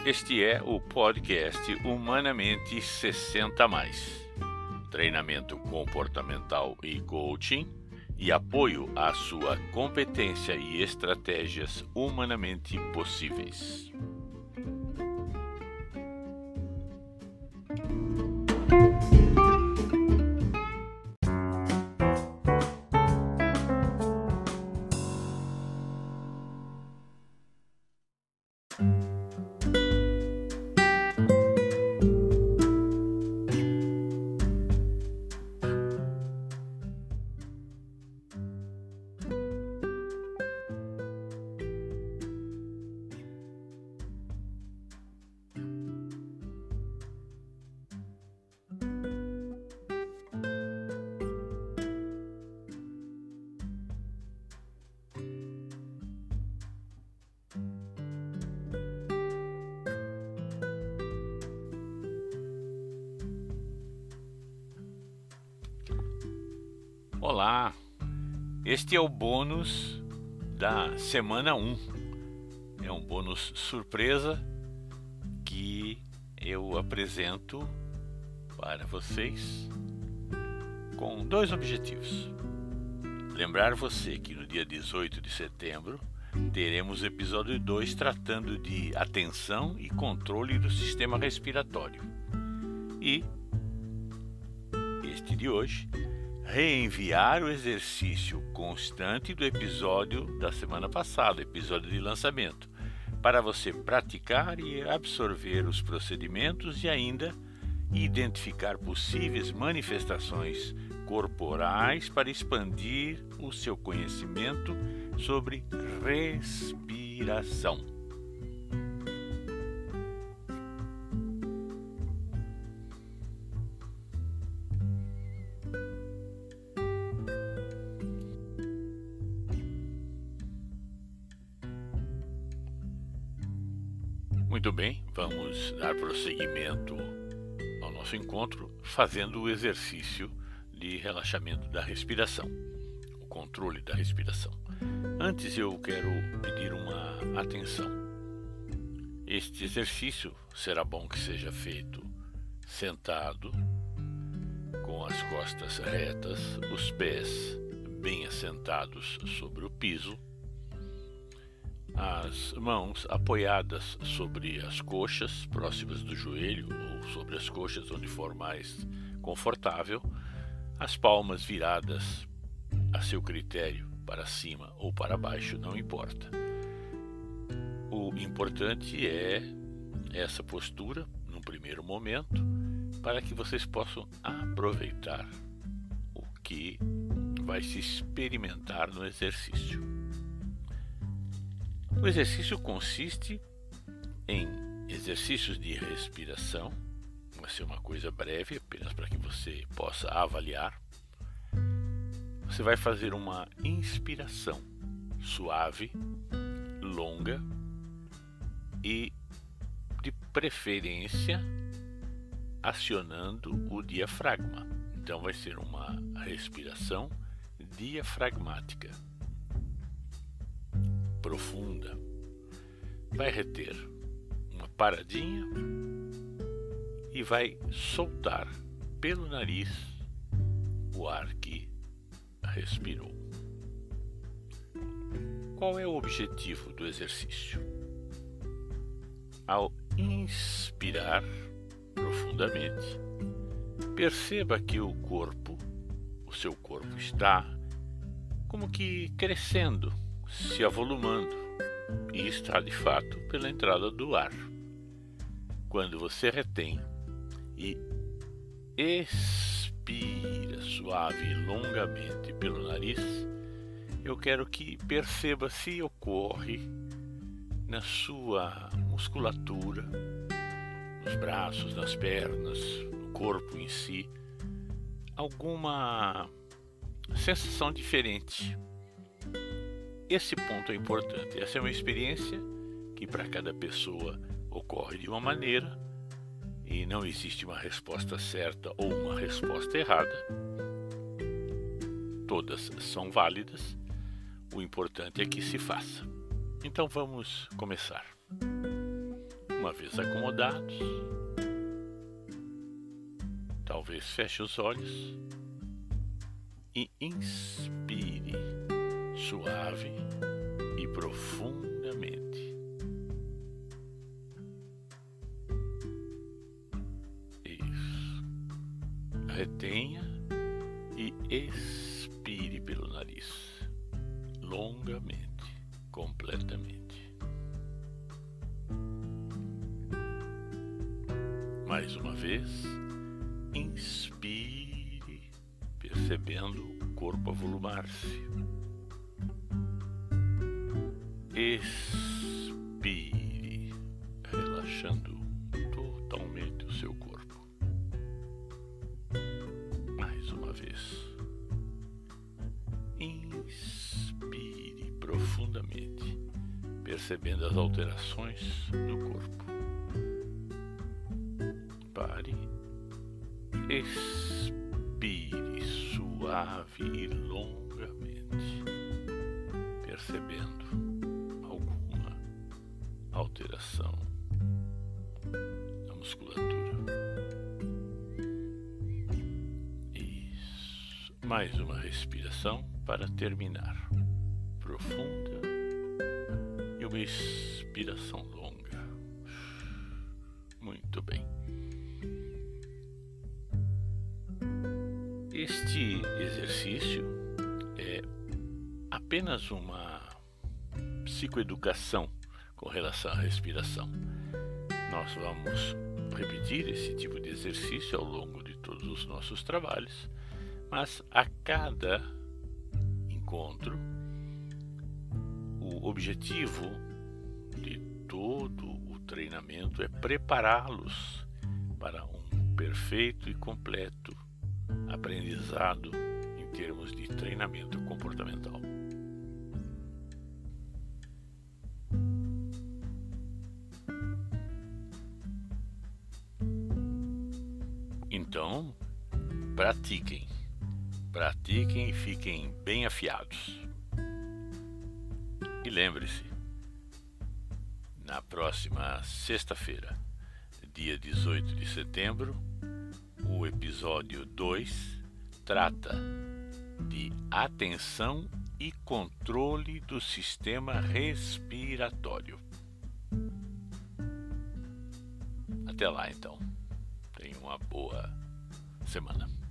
Este é o podcast Humanamente 60+. Treinamento comportamental e coaching e apoio à sua competência e estratégias humanamente possíveis. Olá, este é o bônus da semana 1. É um bônus surpresa que eu apresento para vocês com dois objetivos. Lembrar você que no dia 18 de setembro teremos o episódio 2 tratando de atenção e controle do sistema respiratório. E este de hoje, reenviar o exercício constante do episódio da semana passada, episódio de lançamento, para você praticar e absorver os procedimentos e ainda identificar possíveis manifestações corporais para expandir o seu conhecimento sobre respiração. Muito bem, vamos dar prosseguimento ao nosso encontro fazendo o exercício de relaxamento da respiração, o controle da respiração. Antes eu quero pedir uma atenção. Este exercício será bom que seja feito sentado, com as costas retas, os pés bem assentados sobre o piso, as mãos apoiadas sobre as coxas próximas do joelho ou sobre as coxas onde for mais confortável, as palmas viradas a seu critério para cima ou para baixo, não importa. O importante é essa postura num primeiro momento para que vocês possam aproveitar o que vai se experimentar no exercício. O exercício consiste em exercícios de respiração. Vai ser uma coisa breve, apenas para que você possa avaliar. Você vai fazer uma inspiração suave, longa e, de preferência, acionando o diafragma. Então vai ser uma respiração diafragmática, profunda. Vai reter uma paradinha e vai soltar pelo nariz o ar que respirou. Qual é o objetivo do exercício? Ao inspirar profundamente, perceba que o seu corpo está como que crescendo, se avolumando, e está de fato pela entrada do ar. Quando você retém e expira suave e longamente pelo nariz, eu quero que perceba se ocorre na sua musculatura, nos braços, nas pernas, no corpo em si, alguma sensação diferente. Esse ponto é importante. Essa é uma experiência que para cada pessoa ocorre de uma maneira e não existe uma resposta certa ou uma resposta errada. Todas são válidas. O importante é que se faça. Então vamos começar. Uma vez acomodados, talvez feche os olhos e inspire suave e profundamente. Isso. Retenha e expire pelo nariz, longamente, completamente. Mais uma vez, inspire, percebendo o corpo avolumar-se. Expire, relaxando totalmente o seu corpo. Mais uma vez. Inspire profundamente, percebendo as alterações no corpo. Pare, expire suave e longamente, percebendo alguma alteração na musculatura. Isso. Mais uma respiração para terminar. Profunda e uma expiração longa. Muito bem. Este exercício é apenas uma psicoeducação com relação à respiração. Nós vamos repetir esse tipo de exercício ao longo de todos os nossos trabalhos, mas a cada encontro, o objetivo de todo o treinamento é prepará-los para um perfeito e completo aprendizado em termos de treinamento comportamental. Então, pratiquem e fiquem bem afiados. E lembre-se, na próxima sexta-feira, dia 18 de setembro, o episódio 2 trata de atenção e controle do sistema respiratório. Até lá, então. Tenha uma boa semana.